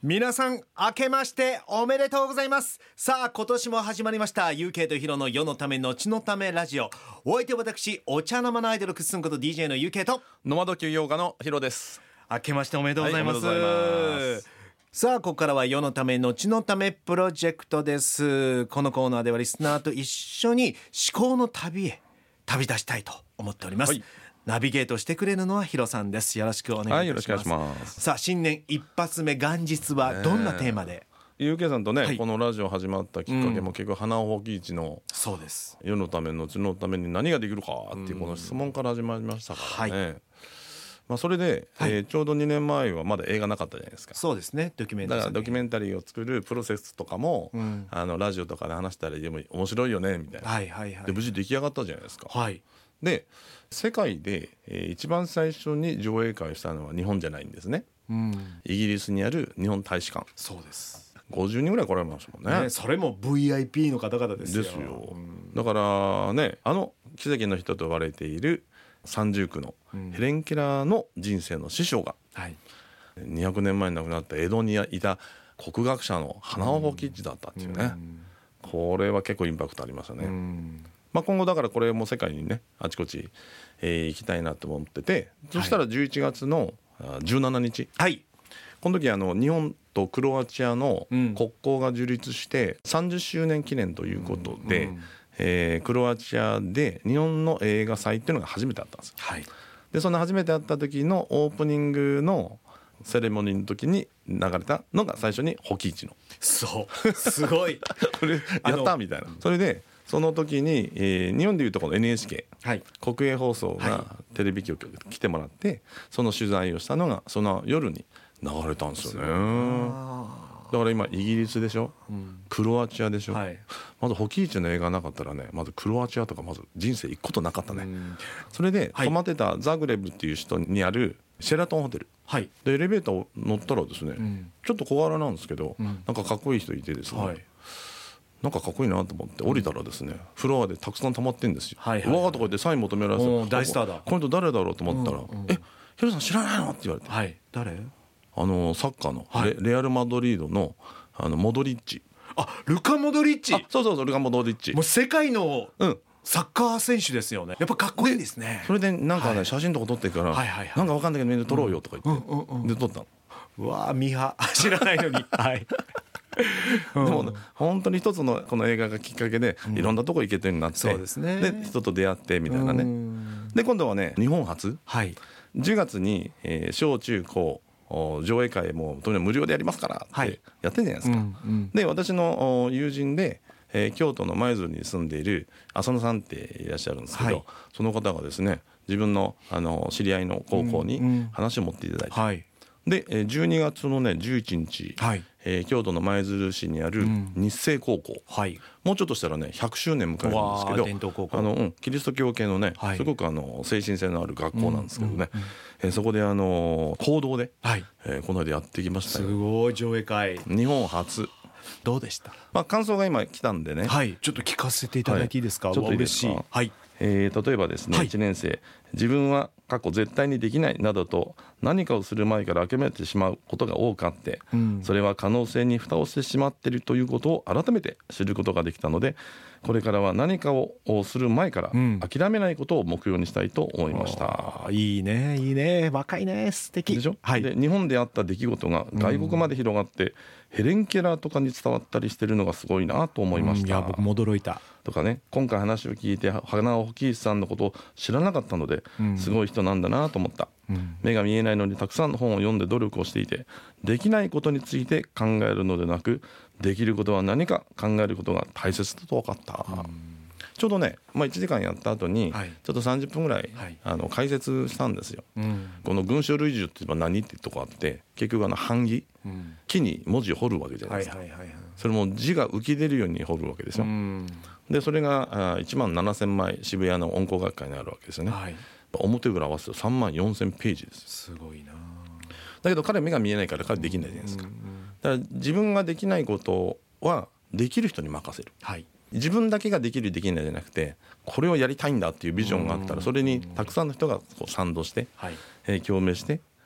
皆さん明けましておめでとうございます。さあ今年も始まりました UK とヒロの世のため後のためラジオ。お相手は私お茶の間のアイドルくっすんこと DJ の UK とノマド休養家のヒロです。 明けましておめでとうございます、 はい、おめでとうございます。 さあここからは世のため後のためプロジェクトです。このコーナーではリスナーと一緒に思考の旅へ旅立ちたいと思っております、はい。ナビゲートしてくれるのはヒロさんです。よろしくお願いいたします。 はい、よろしくお願いします。 さあ新年一発目元日はどんなテーマで、 UK さんとね、 はい、 このラジオ始まったきっかけも結構花尾ほき市のそうです世のため後のために何ができるかっていうこの質問から始まりましたからね、はい。それで、ちょうど2年前はまだ映画なかったじゃないですか。 そうですね、ドキュメンタリー。 だからドキュメンタリーを作るプロセスとかも、ラジオとかで話したらでも面白いよねみたいな、はいはいはい、で無事出来上がったじゃないですか、はい。で世界で、一番最初に上映会をしたのは日本じゃないんですね、イギリスにある日本大使館。 そうです。 50人ぐらい来られましたもんね。 それも VIP の方々ですよ。 だからね、奇跡の人と言われている三重苦のヘレン・ケラーの人生の師匠が、200年前に亡くなった江戸にいた国学者の花尾保吉だったっていうね、これは結構インパクトありましたね。今後だからこれも世界にねあちこち、行きたいなと思ってて、そしたら11月の17日、はい、この時日本とクロアチアの国交が樹立して30周年記念ということで、クロアチアで日本の映画祭っていうのが初めてあったんです、はい。でその初めて会った時のオープニングのセレモニーの時に流れたのが最初にホキイチの、 そうすごいこれやったみたいな。それでその時に、日本でいうとこの NHK、はい、国営放送がテレビ局に来てもらって、その取材をしたのがその夜に流れたんですよね。だから今イギリスでしょ、クロアチアでしょ、はい、まずホキイチの映画なかったらね、まずクロアチアとかまず人生行くことなかったね。それで泊まってたザグレブっていう首都にあるシェラトンホテル、はい、でエレベーターを乗ったらですね、ちょっと小柄なんですけど、なんかかっこいい人いてですね、はい、なんかかっこいいなと思って降りたらですね、フロアでたくさん溜まってんですよ、はいはいはい、うわーとか言ってサイン求められて、 大スターだ、 この人誰だろうと思ったら、ヒロさん知らないのって言われて、 はい、誰？ サッカーの レアル・マドリードのモドリッチ。 あ、ルカ・モドリッチ。 そうルカ・モドリッチ、 もう世界のサッカー選手ですよね。やっぱかっこいいですね。 それでなんかね、写真とか撮ってるから、なんかわかんないけどみんな撮ろうよとか言って、で撮ったの。 うわー、ミハ知らないのにはいでも本当に一つのこの映画がきっかけでいろんなとこ行けてるようになって、 そうですね、 で人と出会ってみたいなね。で今度はね、日本初、はい、10月に、小中高上映会もとにかく無料でやりますからってやってるじゃないですか、で私の友人で、京都の舞鶴に住んでいる浅野さんっていらっしゃるんですけど、その方がですね、自分の、知り合いの高校に話を持っていただいて、で12月のね11日、京都の舞鶴市にある日生高校、もうちょっとしたらね100周年迎えるんですけど、 伝統高校、 キリスト教系のね、すごく精神性のある学校なんですけどね、そこで講堂で、この間やってきましたよ。 すごい上映会、 日本初。 どうでした？ 感想が今来たんでね、 ちょっと聞かせていただいていいですか？ ちょっといいですか？はい。例えばですね、1年生、自分は過去絶対にできないなどと何かをする前から諦めてしまうことが多くあって、それは可能性に蓋をしてしまっているということを改めて知ることができたので、これからは何かをする前から諦めないことを目標にしたいと思いました、 いいねいいね、若いね、素敵でしょ、で日本であった出来事が外国まで広がって、ヘレン・ケラーとかに伝わったりしてるのがすごいなと思いました、 いや僕も驚いたとかね、今回話を聞いて花尾保一さんのことを知らなかったので、すごい人なんだなと思った、目が見えないのにたくさんの本を読んで努力をしていて、できないことについて考えるのでなく、できることは何か考えることが大切だと分かった、ちょうどね、1時間やった後にちょっと30分ぐらい、解説したんですよ、この群書類樹って何ってとこあって、結局版木、木に文字を彫るわけじゃないですか、それも字が浮き出るように彫るわけですよ、でそれが1万7000枚渋谷の音工学会にあるわけですよね、表裏合わせると3万4000ページです。 すごいな。 だけど彼目が見えないから彼できないじゃないですか、だから自分ができないことはできる人に任せる、自分だけができるできないじゃなくて、これをやりたいんだっていうビジョンがあったら、それにたくさんの人がこう賛同して、共鳴して、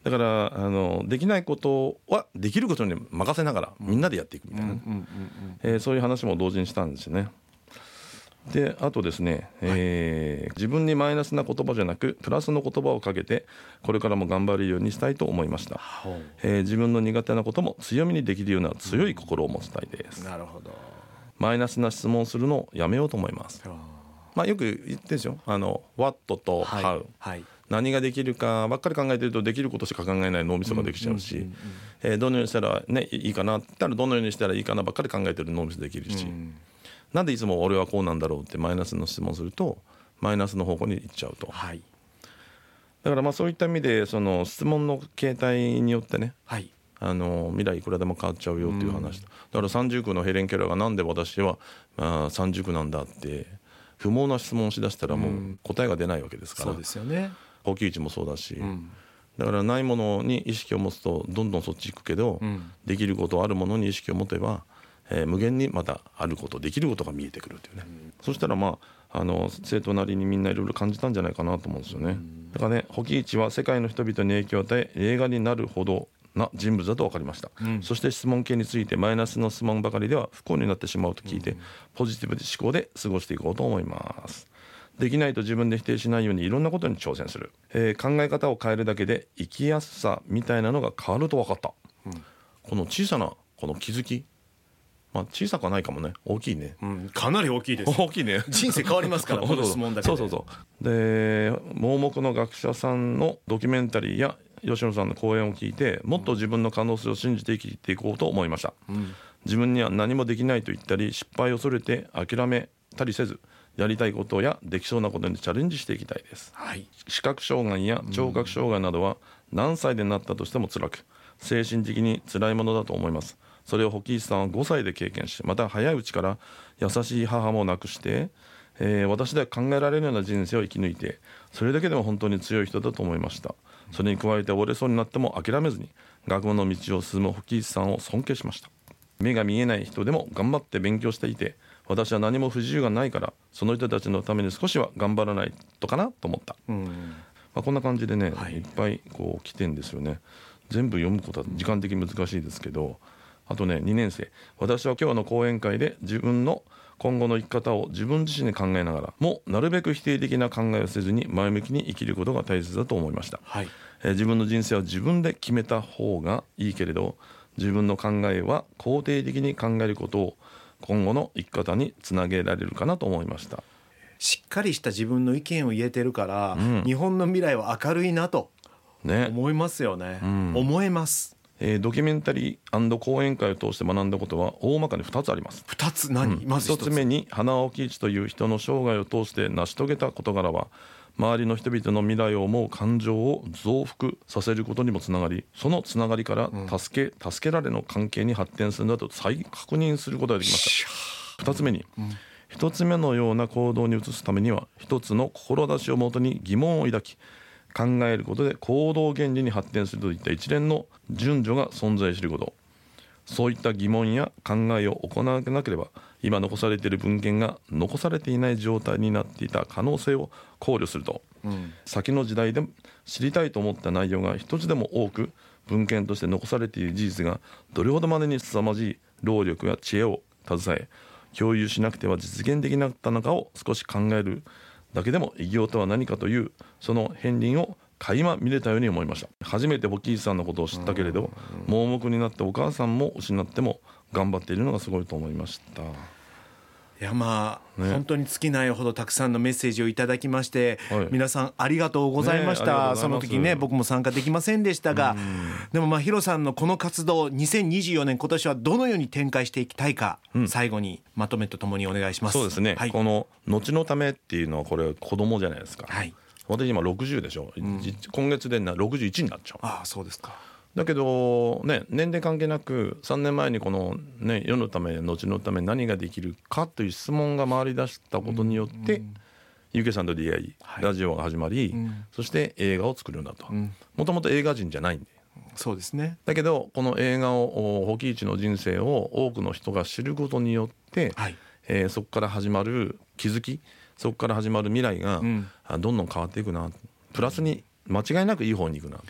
だからできないことはできることに任せながらみんなでやっていくみたいな、そういう話も同時にしたんですね。であとですね、自分にマイナスな言葉じゃなくプラスの言葉をかけてこれからも頑張れるようにしたいと思いました。自分の苦手なことも強みにできるような強い心を持ちたいです。 なるほど。 マイナスな質問をするのをやめようと思います。よく言ってるんですよ。What と How、何ができるかばっかり考えてるとできることしか考えない脳みそができちゃうし、どのようにしたら、ね、いいかなって言ったらどのようにしたらいいかなばっかり考えてる脳みそできるし、なんでいつも俺はこうなんだろうってマイナスの質問するとマイナスの方向に行っちゃうと、だからそういった意味でその質問の形態によってね、未来いくらでも変わっちゃうよっていう話、だから三重苦のヘレン・ケラーがなんで私は三重苦なんだって不毛な質問をしだしたらもう答えが出ないわけですから、 そうですよね。 呼吸値もそうだし、だからないものに意識を持つとどんどんそっち行くけど、できることあるものに意識を持てば、無限にまたあることできることが見えてくるというね、そしたら生徒なりにみんないろいろ感じたんじゃないかなと思うんですよね。だからね、ホキイチは世界の人々に影響を与え映画になるほどな人物だと分かりました、そして質問系についてマイナスの質問ばかりでは不幸になってしまうと聞いて、ポジティブ思考で過ごしていこうと思います。できないと自分で否定しないようにいろんなことに挑戦する、考え方を変えるだけで生きやすさみたいなのが変わると分かった、この小さなこの気づき、小さくはないかもね、大きいね、 かなり大きいです。 大きいね。 人生変わりますからこの質問だけで。 で盲目の学者さんのドキュメンタリーや吉野さんの講演を聞いてもっと自分の可能性を信じて生きていこうと思いました、自分には何もできないと言ったり失敗を恐れて諦めたりせずやりたいことやできそうなことにチャレンジしていきたいです、視覚障害や聴覚障害などは何歳でなったとしても辛く精神的に辛いものだと思います。それをホキイチさんは5歳で経験し、また早いうちから優しい母も亡くして、私では考えられるような人生を生き抜いてそれだけでも本当に強い人だと思いました。それに加えて折れそうになっても諦めずに学問の道を進むホキイチさんを尊敬しました。目が見えない人でも頑張って勉強していて私は何も不自由がないからその人たちのために少しは頑張らないとかなと思った、こんな感じでね、いっぱいこう来てんですよね。全部読むことは時間的に難しいですけど、あとね2年生、私は今日の講演会で自分の今後の生き方を自分自身で考えながらもなるべく否定的な考えをせずに前向きに生きることが大切だと思いました、自分の人生は自分で決めた方がいいけれど自分の考えは肯定的に考えることを今後の生き方につなげられるかなと思いました。 しっかりした自分の意見を言えてるから、日本の未来は明るいなと思いますよね、思えます。 ドキュメンタリー&講演会を通して学んだことは大まかに2つあります。 2つ何、まず 1つ目に花尾喜一という人の生涯を通して成し遂げた事柄は周りの人々の未来を思う感情を増幅させることにもつながり、そのつながりから助けられの関係に発展するんだと再確認することができました。2つ目に、1つ目のような行動に移すためには1つの志をもとに疑問を抱き考えることで行動原理に発展するといった一連の順序が存在すること、そういった疑問や考えを行わなければ今残されている文献が残されていない状態になっていた可能性を考慮すると、先の時代でも知りたいと思った内容が一つでも多く文献として残されている事実がどれほどまでに凄まじい労力や知恵を携え共有しなくては実現できなかったのかを少し考えるだけでも偉業とは何かというその片鱗を垣間見れたように思いました。初めてホキイチさんのことを知ったけれど盲目になってお母さんも失っても頑張っているのがすごいと思いました。 いや本当に尽きないほどたくさんのメッセージをいただきまして、皆さんありがとうございました、その時ね僕も参加できませんでしたが、でもヒロさんのこの活動2024年今年はどのように展開していきたいか、最後にまとめとともにお願いします。 そうですね、この後のためっていうのはこれ子供じゃないですか、私今60でしょ、今月で61になっちゃう。 そうですか。 だけどね、年齢関係なく3年前にこのね世のため後のため何ができるかという質問が回り出したことによってゆうけいさんと出会い、ラジオが始まり、そして映画を作るんだと。もともと映画人じゃないんで。 そうですね。 だけどこの映画をホキイチの人生を多くの人が知ることによって、そこから始まる気づき、そこから始まる未来がどんどん変わっていくな、プラスに間違いなくいい方にいくな、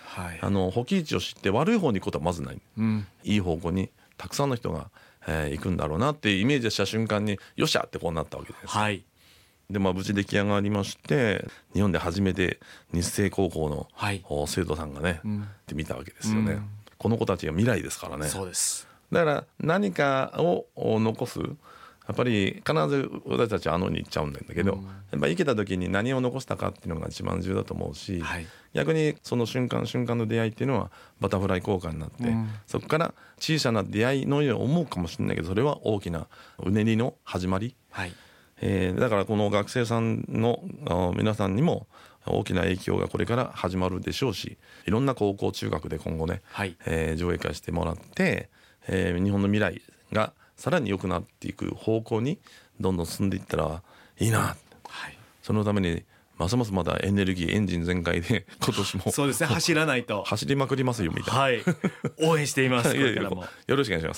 保基地を知って悪い方に行くことはまずない、いい方向にたくさんの人が、行くんだろうなっていうイメージした瞬間によっしゃってこうなったわけです、で無事出来上がりまして、日本で初めて日生高校の、生徒さんがね、って見たわけですよね、この子たちが未来ですからね。 そうです。 だから何かを残す、やっぱり必ず私たちはに行っちゃうんだけど、やっぱ生きた時に何を残したかっていうのが一番重要だと思うし、逆にその瞬間瞬間の出会いっていうのはバタフライ効果になって、そこから小さな出会いのように思うかもしれないけど、それは大きなうねりの始まり、だからこの学生さんの皆さんにも大きな影響がこれから始まるでしょうし、いろんな高校中学で今後ね、上映会してもらって、日本の未来がさらに良くなっていく方向にどんどん進んでいったらいいな、そのためにますますまだエネルギーエンジン全開で今年もそうですね、走らないと走りまくりますよみたいな、 応援しています。これからもよろしくお願いします。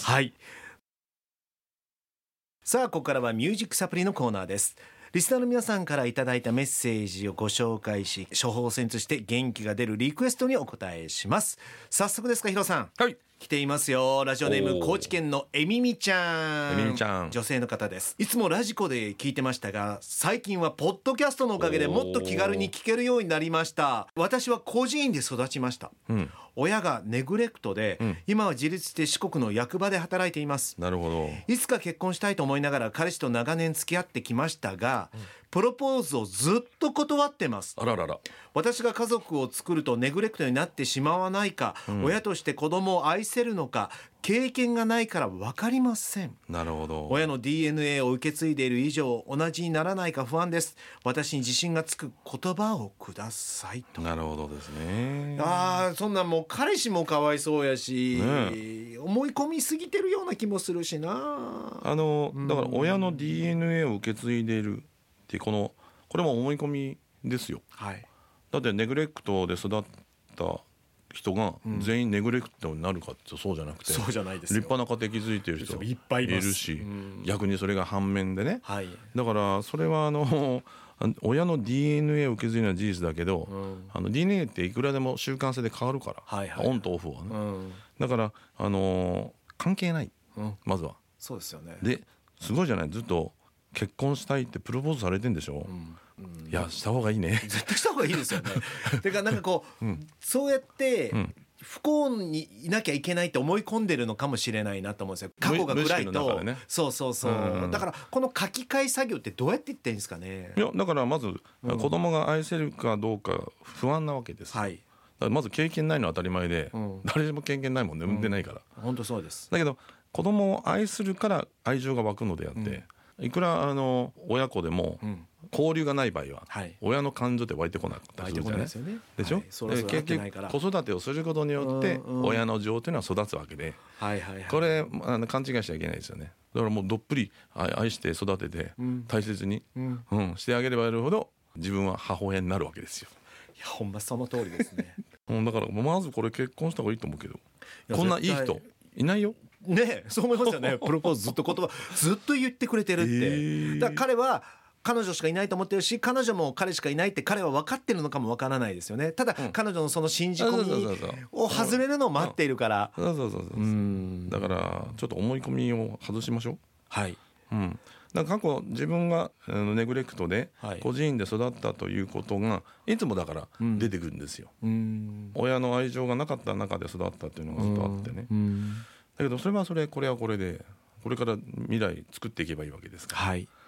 さあここからはミュージックサプリのコーナーです。リスナーの皆さんからいただいたメッセージをご紹介し、処方箋として元気が出るリクエストにお答えします。早速ですがヒロさん、来ていますよ。ラジオネーム高知県のえみみちゃん、女性の方です。いつもラジコで聞いてましたが、最近はポッドキャストのおかげでもっと気軽に聞けるようになりました。私は孤児院で育ちました、親がネグレクトで、今は自立して四国の役場で働いています。 なるほど。 いつか結婚したいと思いながら彼氏と長年付き合ってきましたが、プロポーズをずっと断ってます。 あららら。 私が家族を作るとネグレクトになってしまわないか、親として子供を愛せるのか経験がないから分かりません。 なるほど。 親の DNA を受け継いでいる以上同じにならないか不安です。私に自信がつく言葉をくださいと。 なるほどですね。 そんなもう彼氏もかわいそうやし、思い込みすぎてるような気もするしな。 だから親の DNA を受け継いでいるってこれも思い込みですよ、だってネグレクトで育った人が全員ネグレクトになるかってそうじゃなくて、 そうじゃないですよ。 立派な家庭築いている人いっぱいいます。 いるし、逆にそれが反面でね、だからそれは親の DNA を受け継いだのは事実だけど、DNA っていくらでも習慣性で変わるから、オンとオフはね、だから関係ない、まずは。 そうですよね。 ですごいじゃない、ずっと結婚したいってプロポーズされてんでしょ、いやした方がいいね、 絶対した方がいいですよねてかなんかこう、そうやって、不幸にいなきゃいけないって思い込んでるのかもしれないなと思うんですよ。過去が暗いと、そうだからこの書き換え作業ってどうやっていってんですかね。 いやだからまず、子供が愛せるかどうか不安なわけです、だからまず経験ないのは当たり前で、誰でも経験ないもんね、産んでないから、 本当そうです。 だけど子供を愛するから愛情が湧くのであって、いくら親子でも交流がない場合は、親の感情って湧いてこなかったりするじゃないでしょ、結局子育てをすることによって親の情というのは育つわけで、これ勘違いしちゃいけないですよね。だからもうどっぷり愛して育てて大切に、してあげればやるほど自分は母親になるわけですよ。 いやほんまその通りですねだからまずこれ結婚した方がいいと思うけど、こんないい人いないよね。そう思いますよねプロポーズずっとずっと言ってくれてるって、だから彼は彼女しかいないと思ってるし、彼女も彼しかいないって彼は分かってるのかも分からないですよね。ただ、彼女のその信じ込みを外れるのを待っているから、だからちょっと思い込みを外しましょう。だから過去自分がネグレクトで孤児院で育ったということがいつもだから出てくるんですよ、親の愛情がなかった中で育ったっていうのがずっとあってね、だけどそれはこれはこれでこれから未来作っていけばいいわけですから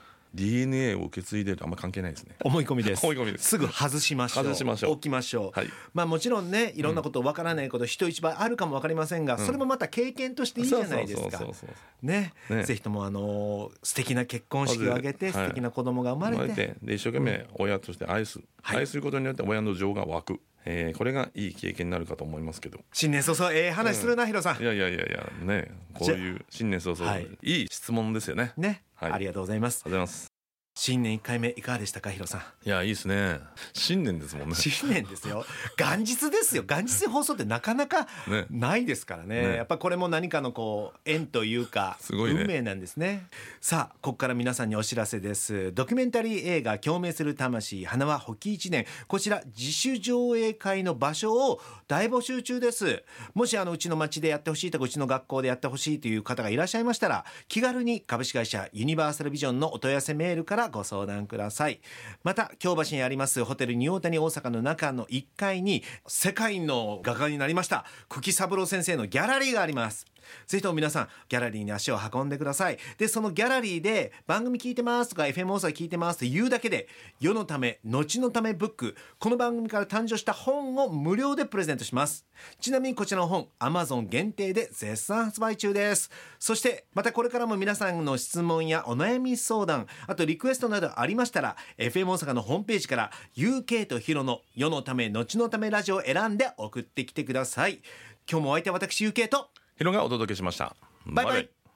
、DNA を受け継いでるとあんま関係ないですね。 思い込みです。 思い込みです。 すぐ外しましょう。置きましょう。もちろんね、いろんなことわからないこと、人一倍あるかもわかりませんが、それもまた経験としていいじゃないですか。ね、ぜひとも素敵な結婚式を挙げて、素敵な子供が生まれて、 で一生懸命親として愛することによって親の情が湧く。これがいい経験になるかと思いますけど。 新年早々話するな、ヒロさん。 いやね、こういう新年早々いい質問ですよね。 ありがとうございます。 新年1回目いかがでしたか、ヒロさん。 いやいいですね。新年ですもんね。 新年ですよ。元日ですよ。元日で放送ってなかなかないですからね。やっぱこれも何かの縁というかすごいね、 運命なんですね。さあ、ここから皆さんにお知らせです。ドキュメンタリー映画共鳴する魂花は保木一年、こちら自主上映会の場所を大募集中です。もしうちの町でやってほしいとか、うちの学校でやってほしいという方がいらっしゃいましたら、気軽に株式会社ユニバーサルビジョンのお問い合わせメールからご相談ください。また京橋にありますホテルニューオータニ大阪の中の1階に世界の画家になりました久喜三郎先生のギャラリーがあります。ぜひとも皆さんギャラリーに足を運んでください。でそのギャラリーで番組聞いてますとか FM 大阪聞いてますと言うだけで、世のため後のためブック、この番組から誕生した本を無料でプレゼントします。ちなみにこちらの本 Amazon 限定で絶賛発売中です。そしてまたこれからも皆さんの質問やお悩み相談、あとリクエストなどありましたら FM 大阪のホームページから UK とヒロの世のため後のためラジオを選んで送ってきてください。今日もお相手は私 UK とヒロがお届けしました。 バイバイ。